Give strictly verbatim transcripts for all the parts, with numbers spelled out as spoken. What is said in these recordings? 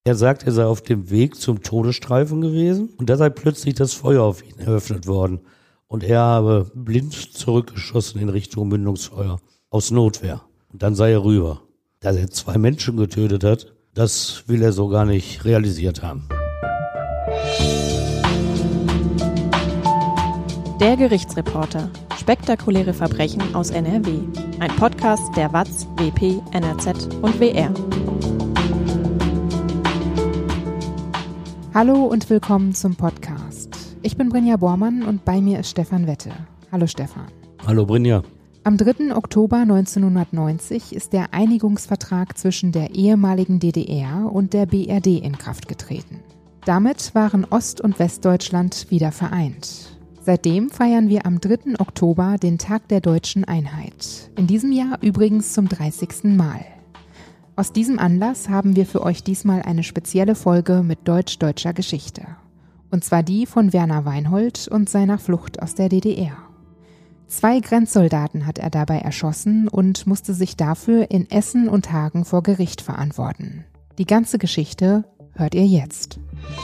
Er sagt, er sei auf dem Weg zum Todesstreifen gewesen und da sei plötzlich das Feuer auf ihn eröffnet worden. Und er habe blind zurückgeschossen in Richtung Mündungsfeuer, aus Notwehr. Und dann sei er rüber. Dass er zwei Menschen getötet hat, das will er so gar nicht realisiert haben. Der Gerichtsreporter. Spektakuläre Verbrechen aus N R W. Ein Podcast der W A Z, W P, N R Z und W R. Hallo und willkommen zum Podcast. Ich bin Brinja Bormann und bei mir ist Stefan Wette. Hallo Stefan. Hallo Brinja. Am dritten Oktober neunzehnhundertneunzig ist der Einigungsvertrag zwischen der ehemaligen D D R und der B R D in Kraft getreten. Damit waren Ost- und Westdeutschland wieder vereint. Seitdem feiern wir am dritten Oktober den Tag der deutschen Einheit. In diesem Jahr übrigens zum dreißigsten Mal. Aus diesem Anlass haben wir für euch diesmal eine spezielle Folge mit deutsch-deutscher Geschichte. Und zwar die von Werner Weinhold und seiner Flucht aus der D D R. Zwei Grenzsoldaten hat er dabei erschossen und musste sich dafür in Essen und Hagen vor Gericht verantworten. Die ganze Geschichte hört ihr jetzt.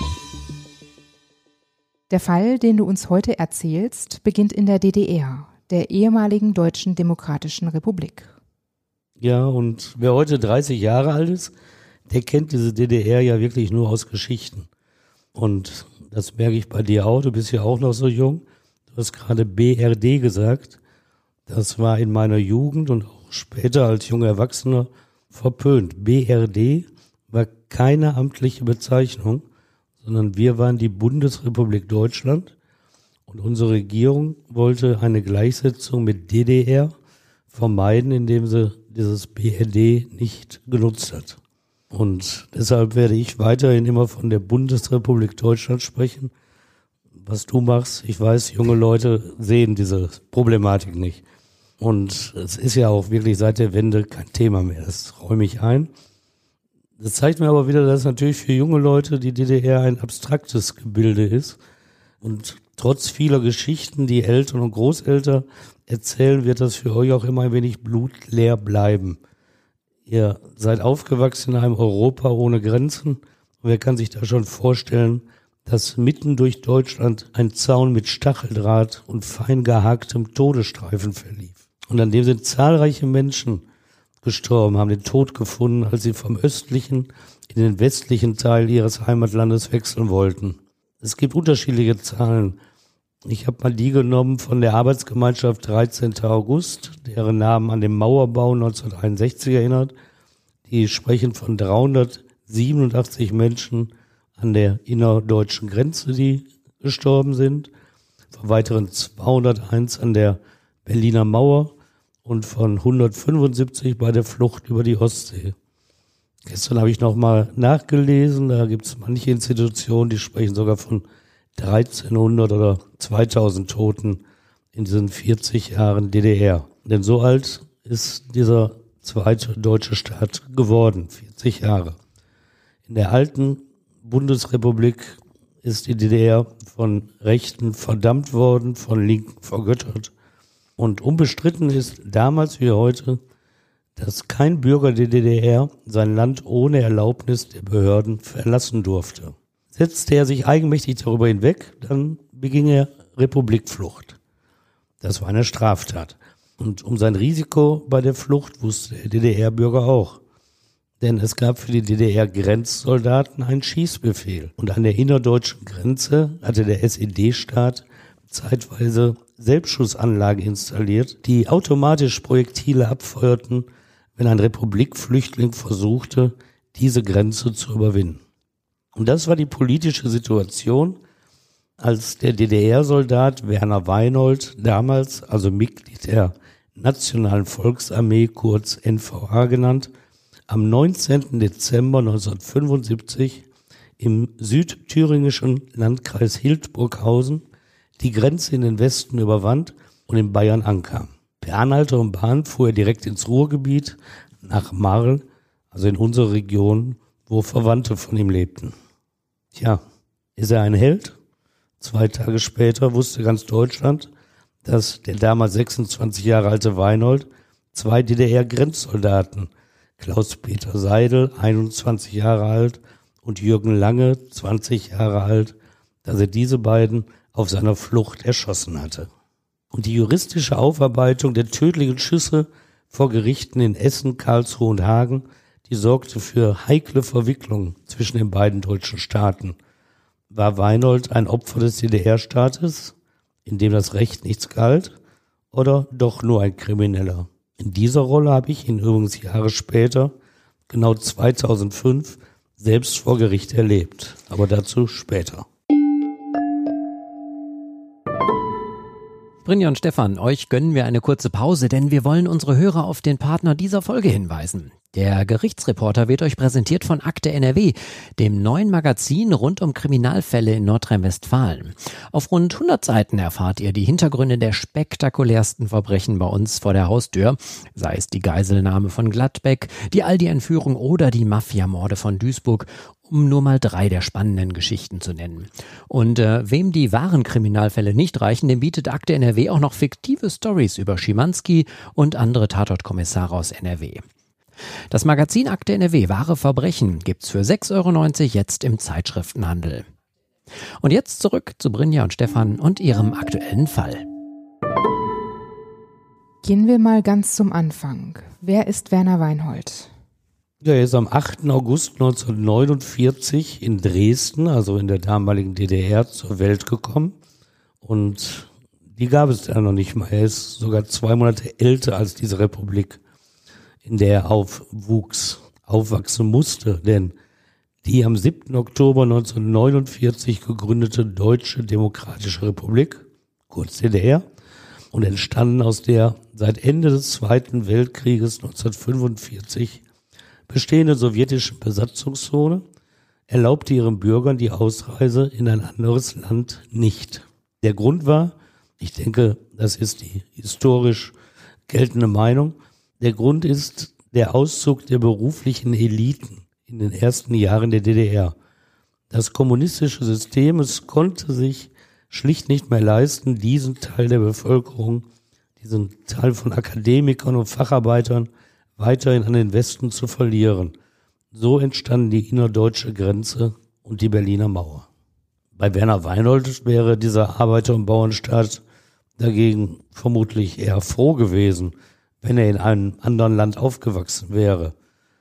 Der Fall, den du uns heute erzählst, beginnt in der D D R, der ehemaligen Deutschen Demokratischen Republik. Ja, und wer heute dreißig Jahre alt ist, der kennt diese D D R ja wirklich nur aus Geschichten. Und das merke ich bei dir auch, du bist ja auch noch so jung. Du hast gerade B R D gesagt. Das war in meiner Jugend und auch später als junger Erwachsener verpönt. B R D war keine amtliche Bezeichnung, sondern wir waren die Bundesrepublik Deutschland und unsere Regierung wollte eine Gleichsetzung mit D D R vermeiden, indem sie dieses B R D nicht genutzt hat. Und deshalb werde ich weiterhin immer von der Bundesrepublik Deutschland sprechen. Was du machst, ich weiß, junge Leute sehen diese Problematik nicht. Und es ist ja auch wirklich seit der Wende kein Thema mehr, das räume ich ein. Das zeigt mir aber wieder, dass natürlich für junge Leute die D D R ein abstraktes Gebilde ist. Und trotz vieler Geschichten, die Eltern und Großeltern erzählen, wird das für euch auch immer ein wenig blutleer bleiben. Ihr seid aufgewachsen in einem Europa ohne Grenzen. Und wer kann sich da schon vorstellen, dass mitten durch Deutschland ein Zaun mit Stacheldraht und fein gehaktem Todesstreifen verlief. Und an dem sind zahlreiche Menschen gestorben, haben den Tod gefunden, als sie vom östlichen in den westlichen Teil ihres Heimatlandes wechseln wollten. Es gibt unterschiedliche Zahlen. Ich habe mal die genommen von der Arbeitsgemeinschaft dreizehnten August, deren Namen an den Mauerbau neunzehnhunderteinundsechzig erinnert. Die sprechen von dreihundertsiebenundachtzig Menschen an der innerdeutschen Grenze, die gestorben sind, von weiteren zweihunderteins an der Berliner Mauer und von hundertfünfundsiebzig bei der Flucht über die Ostsee. Gestern habe ich nochmal nachgelesen, da gibt es manche Institutionen, die sprechen sogar von dreizehnhundert oder zweitausend Toten in diesen vierzig Jahren D D R. Denn so alt ist dieser zweite deutsche Staat geworden, vierzig Jahre. In der alten Bundesrepublik ist die D D R von Rechten verdammt worden, von Linken vergöttert. Und unbestritten ist damals wie heute, dass kein Bürger der D D R sein Land ohne Erlaubnis der Behörden verlassen durfte. Setzte er sich eigenmächtig darüber hinweg, dann beging er Republikflucht. Das war eine Straftat. Und um sein Risiko bei der Flucht wusste der D D R-Bürger auch. Denn es gab für die D D R-Grenzsoldaten einen Schießbefehl. Und an der innerdeutschen Grenze hatte der S E D-Staat zeitweise Selbstschussanlagen installiert, die automatisch Projektile abfeuerten, wenn ein Republikflüchtling versuchte, diese Grenze zu überwinden. Und das war die politische Situation, als der D D R-Soldat Werner Weinhold, damals also Mitglied der Nationalen Volksarmee, kurz N V A genannt, am neunzehnten Dezember neunzehnhundertfünfundsiebzig im südthüringischen Landkreis Hildburghausen die Grenze in den Westen überwand und in Bayern ankam. Per Anhalter und Bahn fuhr er direkt ins Ruhrgebiet nach Marl, also in unsere Region, wo Verwandte von ihm lebten. Tja, ist er ein Held? Zwei Tage später wusste ganz Deutschland, dass der damals sechsundzwanzig Jahre alte Weinhold zwei D D R-Grenzsoldaten, Klaus-Peter Seidel, einundzwanzig Jahre alt, und Jürgen Lange, zwanzig Jahre alt, dass er diese beiden auf seiner Flucht erschossen hatte. Und die juristische Aufarbeitung der tödlichen Schüsse vor Gerichten in Essen, Karlsruhe und Hagen, die sorgte für heikle Verwicklungen zwischen den beiden deutschen Staaten. War Weinhold ein Opfer des D D R-Staates, in dem das Recht nichts galt, oder doch nur ein Krimineller? In dieser Rolle habe ich ihn übrigens Jahre später, genau zweitausendfünf, selbst vor Gericht erlebt. Aber dazu später. Brynja und Stefan, euch gönnen wir eine kurze Pause, denn wir wollen unsere Hörer auf den Partner dieser Folge hinweisen. Der Gerichtsreporter wird euch präsentiert von Akte N R W, dem neuen Magazin rund um Kriminalfälle in Nordrhein-Westfalen. Auf rund hundert Seiten erfahrt ihr die Hintergründe der spektakulärsten Verbrechen bei uns vor der Haustür, sei es die Geiselnahme von Gladbeck, die Aldi-Entführung oder die Mafiamorde von Duisburg, um nur mal drei der spannenden Geschichten zu nennen. Und äh, wem die wahren Kriminalfälle nicht reichen, dem bietet Akte N R W auch noch fiktive Stories über Schimanski und andere Tatortkommissare aus N R W. Das Magazin Akte N R W Wahre Verbrechen gibt's für sechs Euro neunzig jetzt im Zeitschriftenhandel. Und jetzt zurück zu Brynja und Stefan und ihrem aktuellen Fall. Gehen wir mal ganz zum Anfang. Wer ist Werner Weinhold? Ja, er ist am achten August neunzehnhundertneunundvierzig in Dresden, also in der damaligen D D R, zur Welt gekommen. Und die gab es da noch nicht mal. Er ist sogar zwei Monate älter als diese Republik, in der er aufwuchs, aufwachsen musste. Denn die am siebten Oktober neunzehnhundertneunundvierzig gegründete Deutsche Demokratische Republik, kurz D D R, und entstanden aus der seit Ende des Zweiten Weltkrieges neunzehnhundertfünfundvierzig bestehende sowjetischen Besatzungszone, erlaubte ihren Bürgern die Ausreise in ein anderes Land nicht. Der Grund war, ich denke, das ist die historisch geltende Meinung, der Grund ist der Auszug der beruflichen Eliten in den ersten Jahren der D D R. Das kommunistische System, es konnte sich schlicht nicht mehr leisten, diesen Teil der Bevölkerung, diesen Teil von Akademikern und Facharbeitern weiterhin an den Westen zu verlieren. So entstanden die innerdeutsche Grenze und die Berliner Mauer. Bei Werner Weinhold wäre dieser Arbeiter- und Bauernstaat dagegen vermutlich eher froh gewesen, wenn er in einem anderen Land aufgewachsen wäre.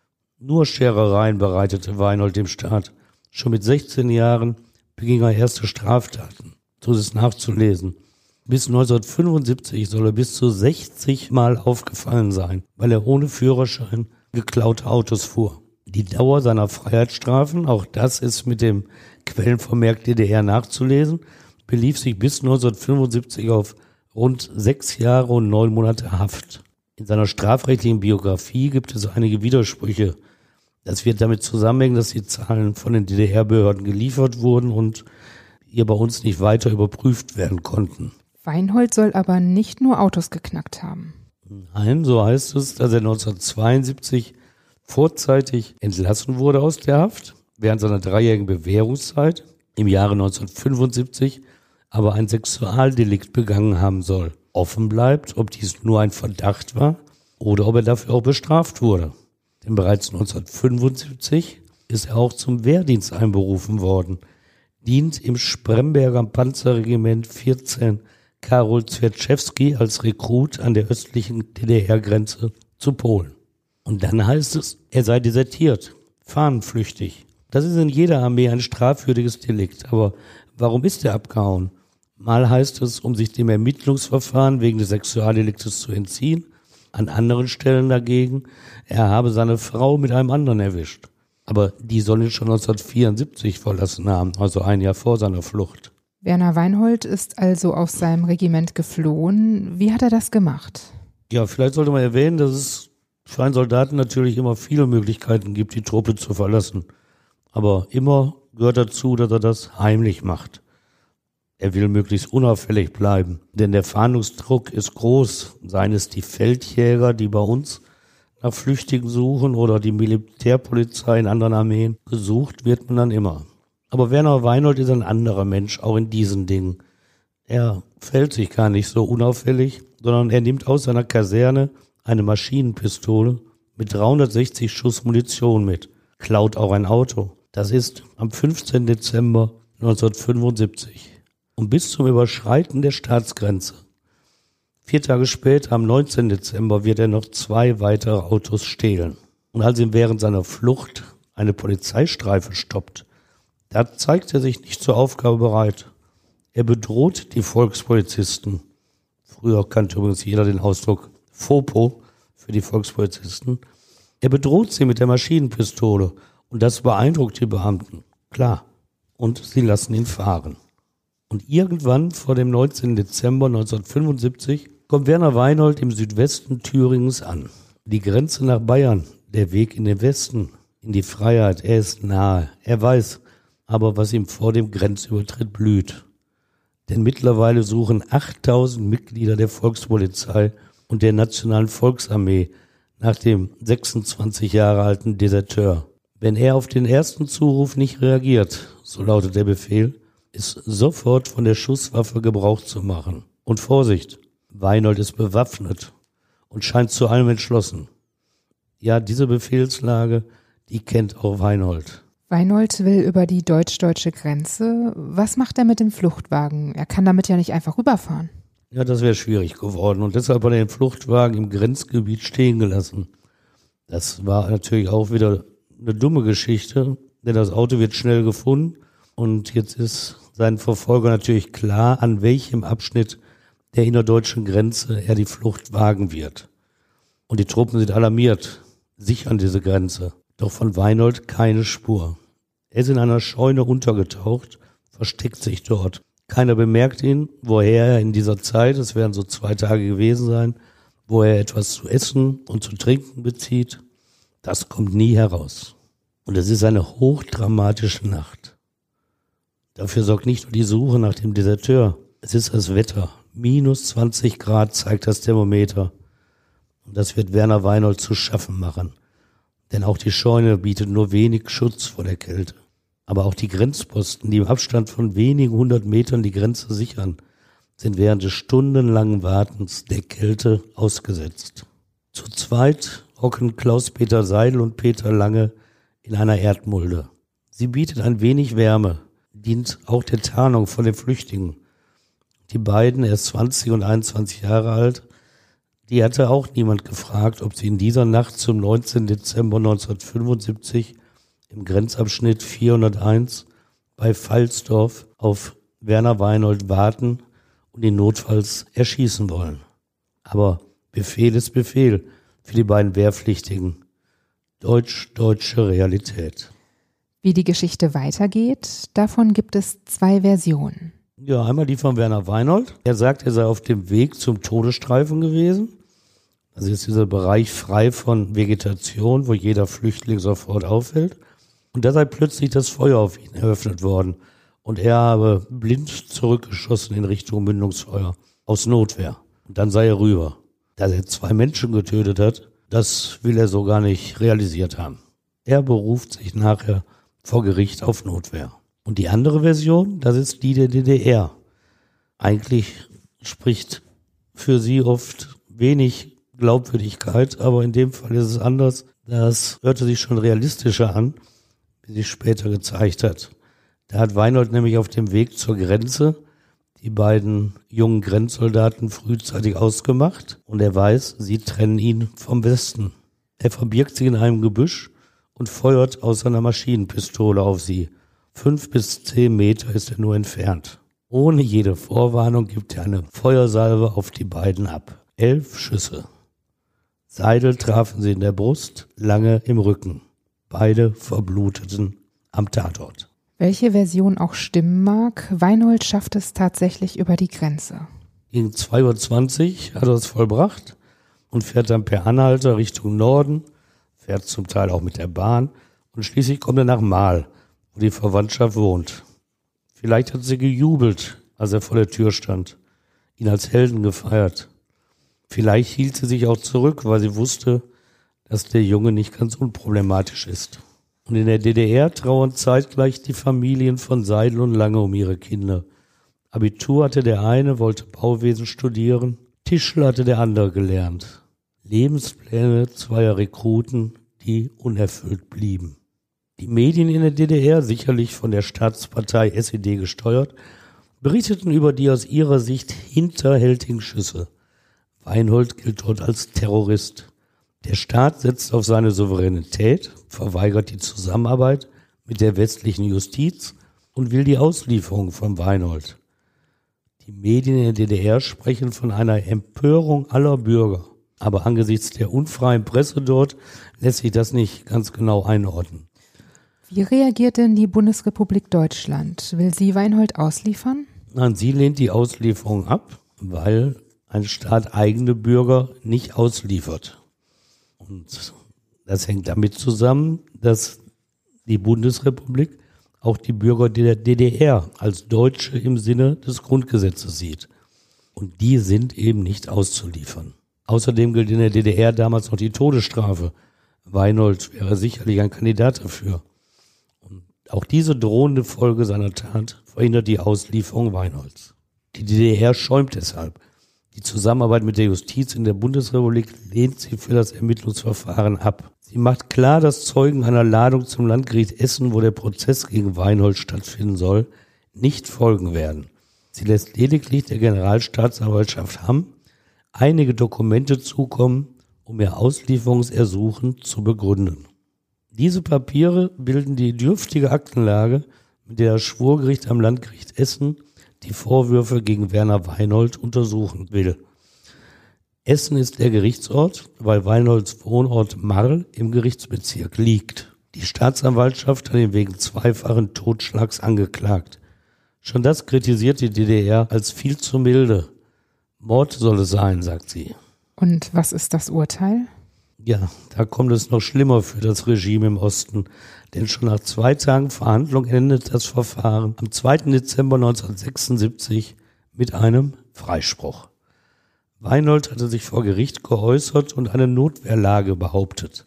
Nur Scherereien bereitete Weinhold dem Staat. Schon mit sechzehn Jahren beging er erste Straftaten. So ist es nachzulesen. Bis neunzehnhundertfünfundsiebzig soll er bis zu sechzig Mal aufgefallen sein, weil er ohne Führerschein geklaute Autos fuhr. Die Dauer seiner Freiheitsstrafen, auch das ist mit dem Quellenvermerk D D R nachzulesen, belief sich bis neunzehnhundertfünfundsiebzig auf rund sechs Jahre und neun Monate Haft. In seiner strafrechtlichen Biografie gibt es einige Widersprüche. Das wird damit zusammenhängen, dass die Zahlen von den D D R-Behörden geliefert wurden und hier bei uns nicht weiter überprüft werden konnten. Weinhold soll aber nicht nur Autos geknackt haben. Nein, so heißt es, dass er neunzehnhundertzweiundsiebzig vorzeitig entlassen wurde aus der Haft, während seiner dreijährigen Bewährungszeit, im Jahre neunzehnhundertfünfundsiebzig, aber ein Sexualdelikt begangen haben soll. Offen bleibt, ob dies nur ein Verdacht war oder ob er dafür auch bestraft wurde. Denn bereits neunzehnhundertfünfundsiebzig ist er auch zum Wehrdienst einberufen worden, dient im Spremberger Panzerregiment vierzehn Karol Zwierczewski als Rekrut an der östlichen D D R-Grenze zu Polen. Und dann heißt es, er sei desertiert, fahnenflüchtig. Das ist in jeder Armee ein strafwürdiges Delikt. Aber warum ist er abgehauen? Mal heißt es, um sich dem Ermittlungsverfahren wegen des Sexualdeliktes zu entziehen. An anderen Stellen dagegen, er habe seine Frau mit einem anderen erwischt. Aber die soll ihn schon neunzehnhundertvierundsiebzig verlassen haben, also ein Jahr vor seiner Flucht. Werner Weinhold ist also aus seinem Regiment geflohen. Wie hat er das gemacht? Ja, vielleicht sollte man erwähnen, dass es für einen Soldaten natürlich immer viele Möglichkeiten gibt, die Truppe zu verlassen. Aber immer gehört dazu, dass er das heimlich macht. Er will möglichst unauffällig bleiben, denn der Fahndungsdruck ist groß. Seien es die Feldjäger, die bei uns nach Flüchtigen suchen, oder die Militärpolizei in anderen Armeen. Gesucht wird man dann immer. Aber Werner Weinhold ist ein anderer Mensch, auch in diesen Dingen. Er verhält sich gar nicht so unauffällig, sondern er nimmt aus seiner Kaserne eine Maschinenpistole mit dreihundertsechzig Schuss Munition mit, klaut auch ein Auto Das ist am fünfzehnten Dezember neunzehnhundertfünfundsiebzig. Und bis zum Überschreiten der Staatsgrenze. Vier Tage später, am neunzehnten Dezember, wird er noch zwei weitere Autos stehlen. Und als ihn während seiner Flucht eine Polizeistreife stoppt, da zeigt er sich nicht zur Aufgabe bereit. Er bedroht die Volkspolizisten. Früher kannte übrigens jeder den Ausdruck Fopo für die Volkspolizisten. Er bedroht sie mit der Maschinenpistole und das beeindruckt die Beamten. Klar. Und sie lassen ihn fahren. Und irgendwann vor dem neunzehnten Dezember neunzehnhundertfünfundsiebzig kommt Werner Weinhold im Südwesten Thüringens an. Die Grenze nach Bayern, der Weg in den Westen, in die Freiheit, er ist nahe. Er weiß aber, was ihm vor dem Grenzübertritt blüht. Denn mittlerweile suchen achttausend Mitglieder der Volkspolizei und der Nationalen Volksarmee nach dem sechsundzwanzig Jahre alten Deserteur. Wenn er auf den ersten Zuruf nicht reagiert, so lautet der Befehl, ist sofort von der Schusswaffe Gebrauch zu machen. Und Vorsicht, Weinhold ist bewaffnet und scheint zu allem entschlossen. Ja, diese Befehlslage, die kennt auch Weinhold. Weinhold will über die deutsch-deutsche Grenze. Was macht er mit dem Fluchtwagen? Er kann damit ja nicht einfach rüberfahren. Ja, das wäre schwierig geworden und deshalb hat er den Fluchtwagen im Grenzgebiet stehen gelassen. Das war natürlich auch wieder eine dumme Geschichte, denn das Auto wird schnell gefunden und jetzt ist seinen Verfolger natürlich klar, an welchem Abschnitt der innerdeutschen Grenze er die Flucht wagen wird. Und die Truppen sind alarmiert, sichern diese Grenze. Doch von Weinhold keine Spur. Er ist in einer Scheune untergetaucht, versteckt sich dort. Keiner bemerkt ihn, woher er in dieser Zeit, es werden so zwei Tage gewesen sein, wo er etwas zu essen und zu trinken bezieht. Das kommt nie heraus. Und es ist eine hochdramatische Nacht. Dafür sorgt nicht nur die Suche nach dem Deserteur. Es ist das Wetter. Minus zwanzig Grad zeigt das Thermometer. Und das wird Werner Weinhold zu schaffen machen. Denn auch die Scheune bietet nur wenig Schutz vor der Kälte. Aber auch die Grenzposten, die im Abstand von wenigen hundert Metern die Grenze sichern, sind während des stundenlangen Wartens der Kälte ausgesetzt. Zu zweit hocken Klaus-Peter Seidel und Peter Lange in einer Erdmulde. Sie bietet ein wenig Wärme, dient auch der Tarnung von den Flüchtlingen. Die beiden, erst zwanzig und einundzwanzig Jahre alt, die hatte auch niemand gefragt, ob sie in dieser Nacht zum neunzehnten Dezember neunzehnhundertfünfundsiebzig im Grenzabschnitt vierhunderteins bei Pfalzdorf auf Werner Weinhold warten und ihn notfalls erschießen wollen. Aber Befehl ist Befehl für die beiden Wehrpflichtigen. Deutsch-deutsche Realität. Wie die Geschichte weitergeht, davon gibt es zwei Versionen. Ja, einmal die von Werner Weinhold. Er sagt, er sei auf dem Weg zum Todesstreifen gewesen. Also ist dieser Bereich frei von Vegetation, wo jeder Flüchtling sofort auffällt. Und da sei plötzlich das Feuer auf ihn eröffnet worden. Und er habe blind zurückgeschossen in Richtung Mündungsfeuer. Aus Notwehr. Und dann sei er rüber. Dass er zwei Menschen getötet hat, das will er so gar nicht realisiert haben. Er beruft sich nachher vor Gericht auf Notwehr. Und die andere Version, das ist die der D D R. Eigentlich spricht für sie oft wenig Glaubwürdigkeit, aber in dem Fall ist es anders. Das hörte sich schon realistischer an, wie sich später gezeigt hat. Da hat Weinhold nämlich auf dem Weg zur Grenze die beiden jungen Grenzsoldaten frühzeitig ausgemacht und er weiß, sie trennen ihn vom Westen. Er verbirgt sich in einem Gebüsch und feuert aus seiner Maschinenpistole auf sie. Fünf bis zehn Meter ist er nur entfernt. Ohne jede Vorwarnung gibt er eine Feuersalve auf die beiden ab. Elf Schüsse. Seidel trafen sie in der Brust, Lange im Rücken. Beide verbluteten am Tatort. Welche Version auch stimmen mag, Weinhold schafft es tatsächlich über die Grenze. Gegen zwei Uhr zwanzig hat er es vollbracht und fährt dann per Anhalter Richtung Norden, fährt zum Teil auch mit der Bahn und schließlich kommt er nach Mahl, wo die Verwandtschaft wohnt. Vielleicht hat sie gejubelt, als er vor der Tür stand, ihn als Helden gefeiert. Vielleicht hielt sie sich auch zurück, weil sie wusste, dass der Junge nicht ganz unproblematisch ist. Und in der D D R trauern zeitgleich die Familien von Seidel und Lange um ihre Kinder. Abitur hatte der eine, wollte Bauwesen studieren, Tischler hatte der andere gelernt. Lebenspläne zweier Rekruten, die unerfüllt blieben. Die Medien in der D D R, sicherlich von der Staatspartei S E D gesteuert, berichteten über die aus ihrer Sicht hinterhältigen Schüsse. Weinhold gilt dort als Terrorist. Der Staat setzt auf seine Souveränität, verweigert die Zusammenarbeit mit der westlichen Justiz und will die Auslieferung von Weinhold. Die Medien in der D D R sprechen von einer Empörung aller Bürger. Aber angesichts der unfreien Presse dort lässt sich das nicht ganz genau einordnen. Wie reagiert denn die Bundesrepublik Deutschland? Will sie Weinhold ausliefern? Nein, sie lehnt die Auslieferung ab, weil ein Staat eigene Bürger nicht ausliefert. Und das hängt damit zusammen, dass die Bundesrepublik auch die Bürger der D D R als Deutsche im Sinne des Grundgesetzes sieht. Und die sind eben nicht auszuliefern. Außerdem gilt in der D D R damals noch die Todesstrafe. Weinhold wäre sicherlich ein Kandidat dafür. Und auch diese drohende Folge seiner Tat verhindert die Auslieferung Weinholds. Die D D R schäumt deshalb. Die Zusammenarbeit mit der Justiz in der Bundesrepublik lehnt sie für das Ermittlungsverfahren ab. Sie macht klar, dass Zeugen einer Ladung zum Landgericht Essen, wo der Prozess gegen Weinhold stattfinden soll, nicht folgen werden. Sie lässt lediglich der Generalstaatsanwaltschaft Hamm einige Dokumente zukommen, um ihr Auslieferungsersuchen zu begründen. Diese Papiere bilden die dürftige Aktenlage, mit der das Schwurgericht am Landgericht Essen die Vorwürfe gegen Werner Weinhold untersuchen will. Essen ist der Gerichtsort, weil Weinholds Wohnort Marl im Gerichtsbezirk liegt. Die Staatsanwaltschaft hat ihn wegen zweifachen Totschlags angeklagt. Schon das kritisiert die D D R als viel zu milde. Mord soll es sein, sagt sie. Und was ist das Urteil? Ja, da kommt es noch schlimmer für das Regime im Osten. Denn schon nach zwei Tagen Verhandlung endet das Verfahren am zweiten Dezember neunzehnhundertsechsundsiebzig mit einem Freispruch. Weinhold hatte sich vor Gericht geäußert und eine Notwehrlage behauptet.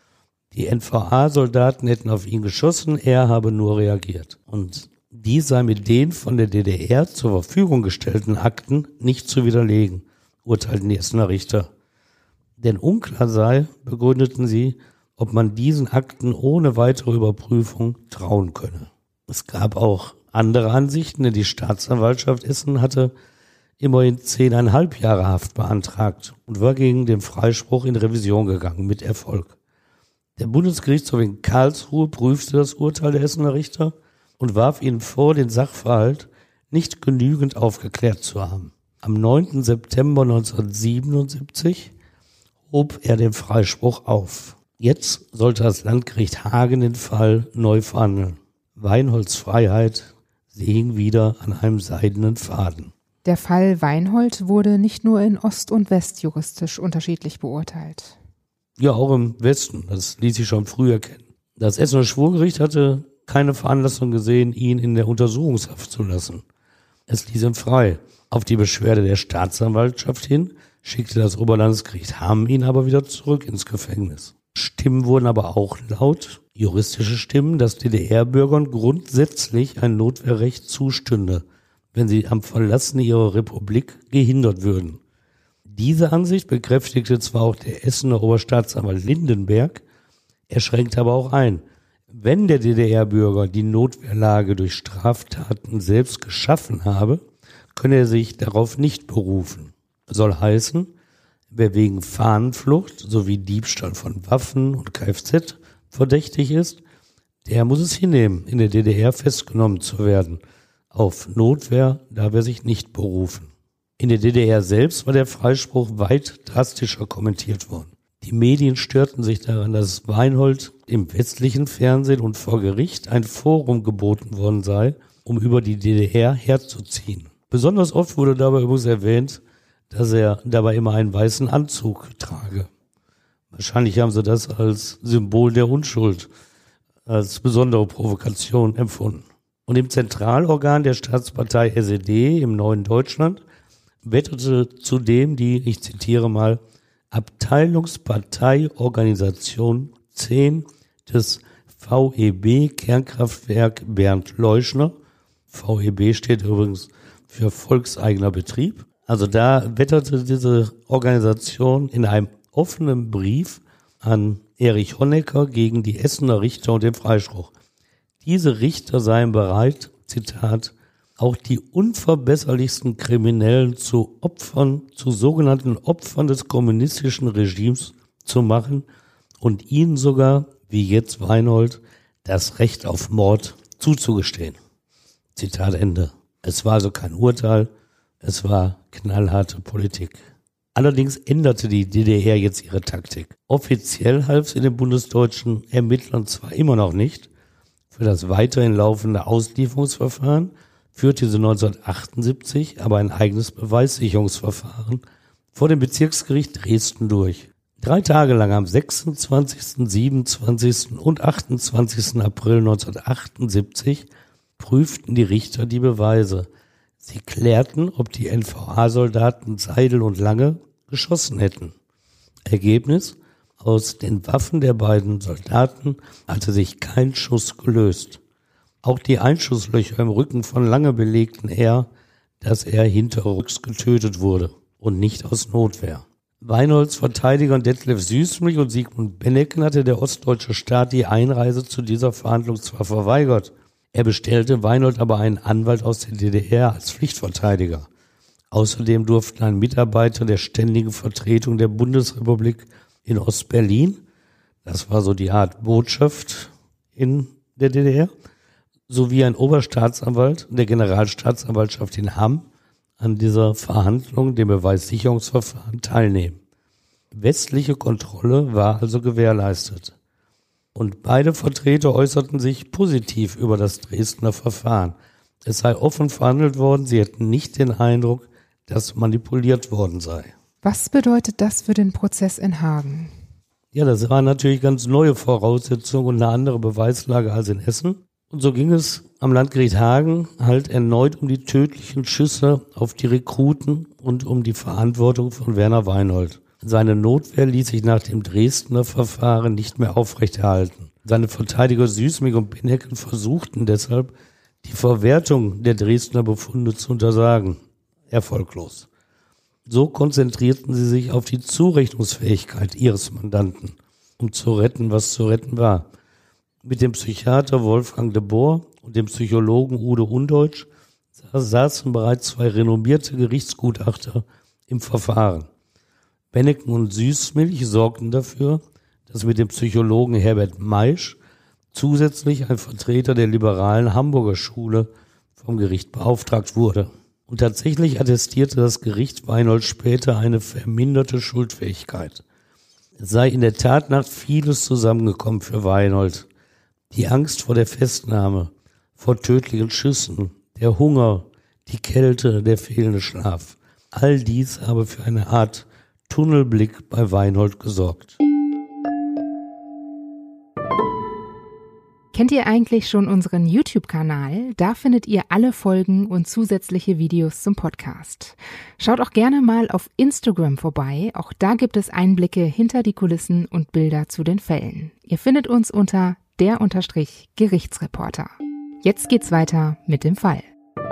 Die N V A-Soldaten hätten auf ihn geschossen, er habe nur reagiert. Und dies sei mit den von der D D R zur Verfügung gestellten Akten nicht zu widerlegen, urteilten die Essener Richter. Denn unklar sei, begründeten sie, ob man diesen Akten ohne weitere Überprüfung trauen könne. Es gab auch andere Ansichten, denn die Staatsanwaltschaft Essen hatte immerhin zehneinhalb Jahre Haft beantragt und war gegen den Freispruch in Revision gegangen, mit Erfolg. Der Bundesgerichtshof in Karlsruhe prüfte das Urteil der Essener Richter und warf ihnen vor, den Sachverhalt nicht genügend aufgeklärt zu haben. Am neunten September neunzehnhundertsiebenundsiebzig hob er den Freispruch auf. Jetzt sollte das Landgericht Hagen den Fall neu verhandeln. Weinholds Freiheit hing wieder an einem seidenen Faden. Der Fall Weinhold wurde nicht nur in Ost und West juristisch unterschiedlich beurteilt. Ja, auch im Westen. Das ließ sich schon früh erkennen. Das Essener Schwurgericht hatte keine Veranlassung gesehen, ihn in der Untersuchungshaft zu lassen. Es ließ ihn frei. Auf die Beschwerde der Staatsanwaltschaft hin schickte das Oberlandesgericht Hamm ihn aber wieder zurück ins Gefängnis. Stimmen wurden aber auch laut, juristische Stimmen, dass D D R-Bürgern grundsätzlich ein Notwehrrecht zustünde, wenn sie am Verlassen ihrer Republik gehindert würden. Diese Ansicht bekräftigte zwar auch der Essener Oberstaatsanwalt Lindenberg, er schränkte aber auch ein. Wenn der D D R-Bürger die Notwehrlage durch Straftaten selbst geschaffen habe, könne er sich darauf nicht berufen. Soll heißen, wer wegen Fahnenflucht sowie Diebstahl von Waffen und Kfz verdächtig ist, der muss es hinnehmen, in der D D R festgenommen zu werden. Auf Notwehr darf er sich nicht berufen. In der D D R selbst war der Freispruch weit drastischer kommentiert worden. Die Medien störten sich daran, dass Weinhold im westlichen Fernsehen und vor Gericht ein Forum geboten worden sei, um über die D D R herzuziehen. Besonders oft wurde dabei übrigens erwähnt, dass er dabei immer einen weißen Anzug trage. Wahrscheinlich haben sie das als Symbol der Unschuld, als besondere Provokation empfunden. Und im Zentralorgan der Staatspartei S E D im neuen Deutschland wetterte zudem die, ich zitiere mal, Abteilungsparteiorganisation zehn des V E B Kernkraftwerk Bernd Leuschner. V E B steht übrigens für Volkseigener Betrieb. Also da wetterte diese Organisation in einem offenen Brief an Erich Honecker gegen die Essener Richter und den Freispruch. Diese Richter seien bereit, Zitat, auch die unverbesserlichsten Kriminellen zu Opfern, zu sogenannten Opfern des kommunistischen Regimes zu machen und ihnen sogar, wie jetzt Weinhold, das Recht auf Mord zuzugestehen. Zitat Ende. Es war also kein Urteil, es war knallharte Politik. Allerdings änderte die D D R jetzt ihre Taktik. Offiziell half sie den bundesdeutschen Ermittlern zwar immer noch nicht, für das weiterhin laufende Auslieferungsverfahren führte sie neunzehnhundertachtundsiebzig aber ein eigenes Beweissicherungsverfahren vor dem Bezirksgericht Dresden durch. Drei Tage lang am sechsundzwanzigsten, siebenundzwanzigsten und achtundzwanzigsten April neunzehnhundertachtundsiebzig prüften die Richter die Beweise. Sie klärten, ob die N V A-Soldaten Seidel und Lange geschossen hätten. Ergebnis: Aus den Waffen der beiden Soldaten hatte sich kein Schuss gelöst. Auch die Einschusslöcher im Rücken von Lange belegten er, dass er hinterrücks getötet wurde und nicht aus Notwehr. Weinholds Verteidigern Detlef Süßmich und Sigmund Bennecken hatte der ostdeutsche Staat die Einreise zu dieser Verhandlung zwar verweigert. Er bestellte Weinhold aber einen Anwalt aus der D D R als Pflichtverteidiger. Außerdem durften ein Mitarbeiter der ständigen Vertretung der Bundesrepublik in Ostberlin, das war so die Art Botschaft in der D D R, sowie ein Oberstaatsanwalt der Generalstaatsanwaltschaft in Hamm an dieser Verhandlung, dem Beweissicherungsverfahren, teilnehmen. Westliche Kontrolle war also gewährleistet. Und beide Vertreter äußerten sich positiv über das Dresdner Verfahren. Es sei offen verhandelt worden, sie hätten nicht den Eindruck, dass manipuliert worden sei. Was bedeutet das für den Prozess in Hagen? Ja, das waren natürlich ganz neue Voraussetzungen und eine andere Beweislage als in Essen. Und so ging es am Landgericht Hagen halt erneut um die tödlichen Schüsse auf die Rekruten und um die Verantwortung von Werner Weinhold. Seine Notwehr ließ sich nach dem Dresdner Verfahren nicht mehr aufrechterhalten. Seine Verteidiger Süßmich und Bennecken versuchten deshalb, die Verwertung der Dresdner Befunde zu untersagen. Erfolglos. So konzentrierten sie sich auf die Zurechnungsfähigkeit ihres Mandanten, um zu retten, was zu retten war. Mit dem Psychiater Wolfgang de Boer und dem Psychologen Udo Undeutsch saßen bereits zwei renommierte Gerichtsgutachter im Verfahren. Bennecken und Süßmilch sorgten dafür, dass mit dem Psychologen Herbert Maisch zusätzlich ein Vertreter der liberalen Hamburger Schule vom Gericht beauftragt wurde. Und tatsächlich attestierte das Gericht Weinhold später eine verminderte Schuldfähigkeit. Es sei in der Tatnacht vieles zusammengekommen für Weinhold. Die Angst vor der Festnahme, vor tödlichen Schüssen, der Hunger, die Kälte, der fehlende Schlaf. All dies habe für eine Art Tunnelblick bei Weinhold gesorgt. Kennt ihr eigentlich schon unseren YouTube-Kanal? Da findet ihr alle Folgen und zusätzliche Videos zum Podcast. Schaut auch gerne mal auf Instagram vorbei. Auch da gibt es Einblicke hinter die Kulissen und Bilder zu den Fällen. Ihr findet uns unter der Unterstrich Gerichtsreporter. Jetzt geht's weiter mit dem Fall.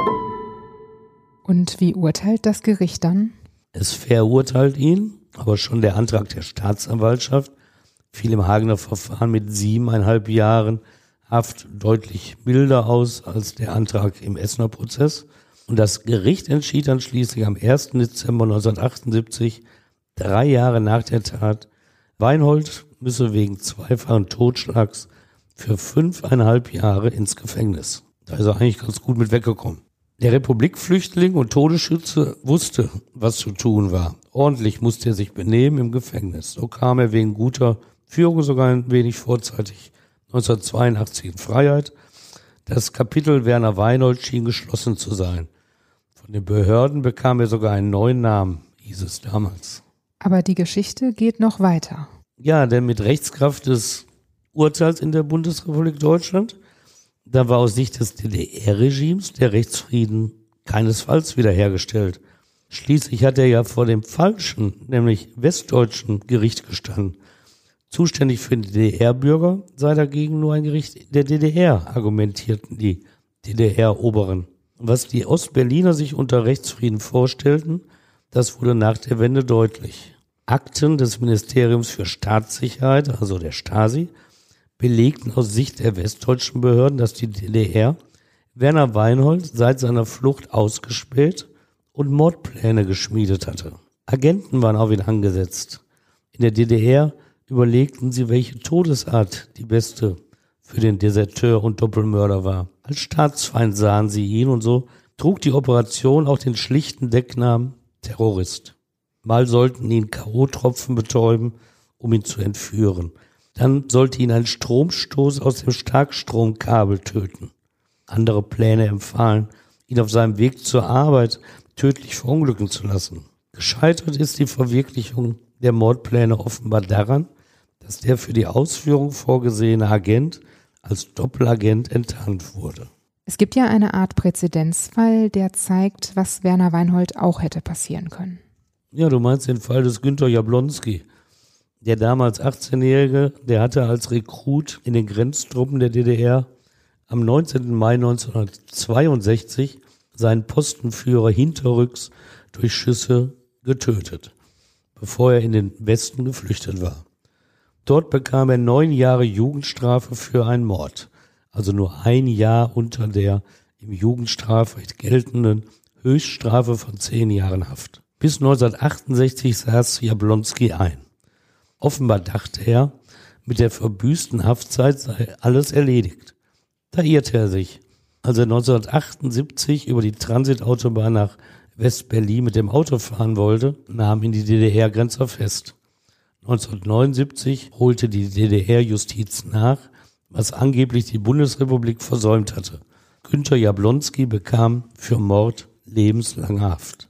Und wie urteilt das Gericht dann? Es verurteilt ihn, aber schon der Antrag der Staatsanwaltschaft fiel im Hagener Verfahren mit siebeneinhalb Jahren Haft deutlich milder aus als der Antrag im Essener Prozess. Und das Gericht entschied dann schließlich am ersten Dezember neunzehnhundertachtundsiebzig, drei Jahre nach der Tat, Weinhold müsse wegen zweifachen Totschlags für fünfeinhalb Jahre ins Gefängnis. Da ist er eigentlich ganz gut mit weggekommen. Der Republikflüchtling und Todesschütze wusste, was zu tun war. Ordentlich musste er sich benehmen im Gefängnis. So kam er wegen guter Führung sogar ein wenig vorzeitig neunzehnhundertzweiundachtzig in Freiheit. Das Kapitel Werner Weinhold schien geschlossen zu sein. Von den Behörden bekam er sogar einen neuen Namen, hieß es damals. Aber die Geschichte geht noch weiter. Ja, denn mit Rechtskraft des Urteils in der Bundesrepublik Deutschland, da war aus Sicht des D D R-Regimes der Rechtsfrieden keinesfalls wiederhergestellt. Schließlich hat er ja vor dem falschen, nämlich westdeutschen Gericht gestanden. Zuständig für die D D R-Bürger sei dagegen nur ein Gericht der D D R, argumentierten die D D R-Oberen. Was die Ostberliner sich unter Rechtsfrieden vorstellten, das wurde nach der Wende deutlich. Akten des Ministeriums für Staatssicherheit, also der Stasi, belegten aus Sicht der westdeutschen Behörden, dass die D D R Werner Weinhold seit seiner Flucht ausgespäht und Mordpläne geschmiedet hatte. Agenten waren auf ihn angesetzt. In der D D R überlegten sie, welche Todesart die beste für den Deserteur und Doppelmörder war. Als Staatsfeind sahen sie ihn und so trug die Operation auch den schlichten Decknamen Terrorist. Mal sollten ihn K O-Tropfen betäuben, um ihn zu entführen. Dann sollte ihn ein Stromstoß aus dem Starkstromkabel töten. Andere Pläne empfahlen, ihn auf seinem Weg zur Arbeit tödlich verunglücken zu lassen. Gescheitert ist die Verwirklichung der Mordpläne offenbar daran, dass der für die Ausführung vorgesehene Agent als Doppelagent enttarnt wurde. Es gibt ja eine Art Präzedenzfall, der zeigt, was Werner Weinhold auch hätte passieren können. Ja, du meinst den Fall des Günter Jablonski. Der damals achtzehnjährige, der hatte als Rekrut in den Grenztruppen der D D R am neunzehnten Mai neunzehnhundertzweiundsechzig seinen Postenführer hinterrücks durch Schüsse getötet, bevor er in den Westen geflüchtet war. Dort bekam er neun Jahre Jugendstrafe für einen Mord, also nur ein Jahr unter der im Jugendstrafrecht geltenden Höchststrafe von zehn Jahren Haft. Bis neunzehnhundertachtundsechzig saß Jablonski ein. Offenbar dachte er, mit der verbüßten Haftzeit sei alles erledigt. Da irrte er sich. Als er neunzehnhundertachtundsiebzig über die Transitautobahn nach West-Berlin mit dem Auto fahren wollte, nahm ihn die D D R-Grenzer fest. neunzehnhundertneunundsiebzig holte die D D R-Justiz nach, was angeblich die Bundesrepublik versäumt hatte. Günter Jablonski bekam für Mord lebenslange Haft.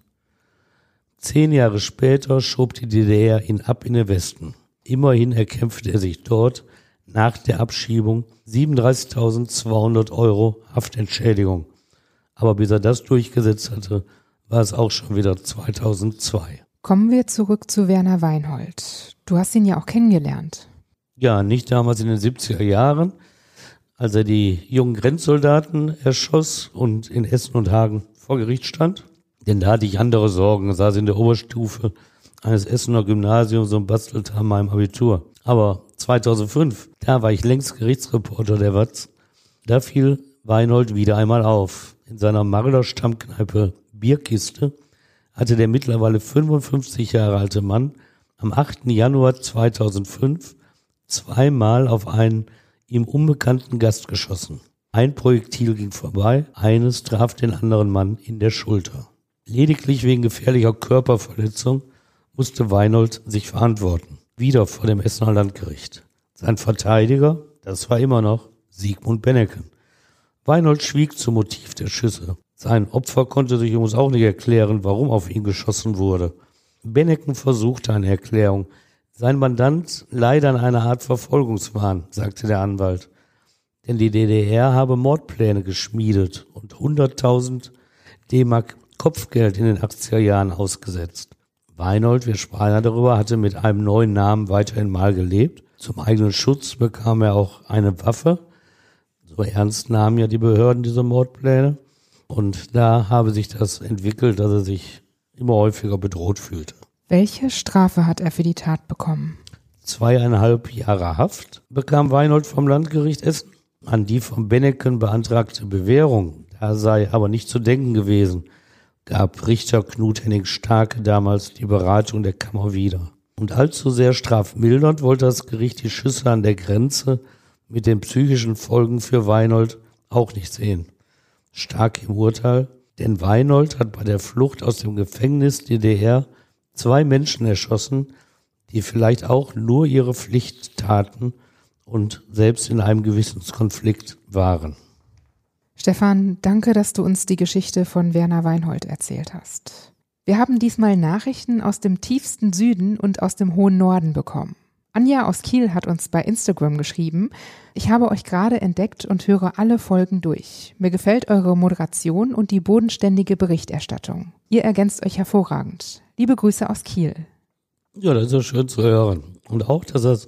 Zehn Jahre später schob die D D R ihn ab in den Westen. Immerhin erkämpfte er sich dort nach der Abschiebung siebenunddreißigtausendzweihundert Euro Haftentschädigung. Aber bis er das durchgesetzt hatte, war es auch schon wieder zweitausendzwei. Kommen wir zurück zu Werner Weinhold. Du hast ihn ja auch kennengelernt. Ja, nicht damals in den siebziger Jahren, als er die jungen Grenzsoldaten erschoss und in Essen und Hagen vor Gericht stand. Denn da hatte ich andere Sorgen, saß in der Oberstufe eines Essener Gymnasiums und bastelte an meinem Abitur. Aber zweitausendfünf, da war ich längst Gerichtsreporter der Watz, da fiel Weinhold wieder einmal auf. In seiner Marler Stammkneipe Bierkiste hatte der mittlerweile fünfundfünfzig Jahre alte Mann am achten Januar zweitausendfünf zweimal auf einen ihm unbekannten Gast geschossen. Ein Projektil ging vorbei, eines traf den anderen Mann in der Schulter. Lediglich wegen gefährlicher Körperverletzung musste Weinhold sich verantworten. Wieder vor dem Essener Landgericht. Sein Verteidiger, das war immer noch Sigmund Benneken. Weinhold schwieg zum Motiv der Schüsse. Sein Opfer konnte sich übrigens auch nicht erklären, warum auf ihn geschossen wurde. Benneken versuchte eine Erklärung. Sein Mandant leide an einer Art Verfolgungswahn, sagte der Anwalt. Denn die D D R habe Mordpläne geschmiedet und hunderttausend D-Mark Kopfgeld in den achtziger Jahren ausgesetzt. Weinhold, wir sprachen ja darüber, hatte mit einem neuen Namen weiterhin mal gelebt. Zum eigenen Schutz bekam er auch eine Waffe. So ernst nahmen ja die Behörden diese Mordpläne. Und da habe sich das entwickelt, dass er sich immer häufiger bedroht fühlte. Welche Strafe hat er für die Tat bekommen? Zweieinhalb Jahre Haft bekam Weinhold vom Landgericht Essen. An die von Benneken beantragte Bewährung, da sei aber nicht zu denken gewesen, gab Richter Knut Henning Starke damals die Beratung der Kammer wieder. Und allzu sehr strafmildernd wollte das Gericht die Schüsse an der Grenze mit den psychischen Folgen für Weinhold auch nicht sehen. Stark im Urteil, denn Weinhold hat bei der Flucht aus dem Gefängnis D D R zwei Menschen erschossen, die vielleicht auch nur ihre Pflicht taten und selbst in einem Gewissenskonflikt waren. Stefan, danke, dass du uns die Geschichte von Werner Weinhold erzählt hast. Wir haben diesmal Nachrichten aus dem tiefsten Süden und aus dem hohen Norden bekommen. Anja aus Kiel hat uns bei Instagram geschrieben: Ich habe euch gerade entdeckt und höre alle Folgen durch. Mir gefällt eure Moderation und die bodenständige Berichterstattung. Ihr ergänzt euch hervorragend. Liebe Grüße aus Kiel. Ja, das ist ja schön zu hören. Und auch, dass das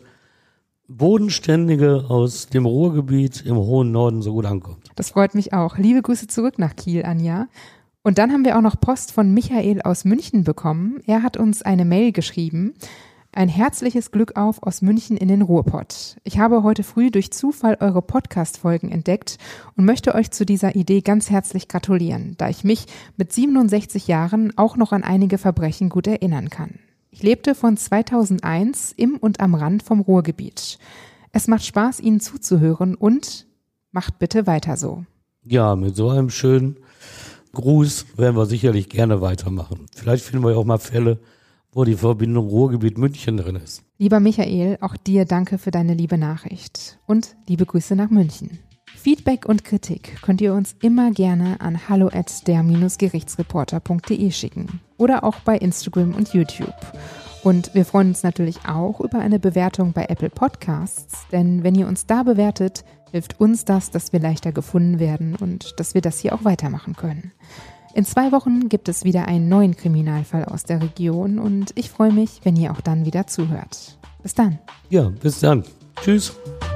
Bodenständige aus dem Ruhrgebiet im hohen Norden so gut ankommt. Das freut mich auch. Liebe Grüße zurück nach Kiel, Anja. Und dann haben wir auch noch Post von Michael aus München bekommen. Er hat uns eine Mail geschrieben. Ein herzliches Glück auf aus München in den Ruhrpott. Ich habe heute früh durch Zufall eure Podcast-Folgen entdeckt und möchte euch zu dieser Idee ganz herzlich gratulieren, da ich mich mit siebenundsechzig Jahren auch noch an einige Verbrechen gut erinnern kann. Ich lebte von zweitausendeins im und am Rand vom Ruhrgebiet. Es macht Spaß, Ihnen zuzuhören und macht bitte weiter so. Ja, mit so einem schönen Gruß werden wir sicherlich gerne weitermachen. Vielleicht finden wir auch mal Fälle, wo die Verbindung Ruhrgebiet-München drin ist. Lieber Michael, auch dir danke für deine liebe Nachricht und liebe Grüße nach München. Feedback und Kritik könnt ihr uns immer gerne an hallo at der gerichtsreporter punkt de schicken oder auch bei Instagram und YouTube. Und wir freuen uns natürlich auch über eine Bewertung bei Apple Podcasts, denn wenn ihr uns da bewertet, hilft uns das, dass wir leichter gefunden werden und dass wir das hier auch weitermachen können. In zwei Wochen gibt es wieder einen neuen Kriminalfall aus der Region und ich freue mich, wenn ihr auch dann wieder zuhört. Bis dann. Ja, bis dann. Tschüss.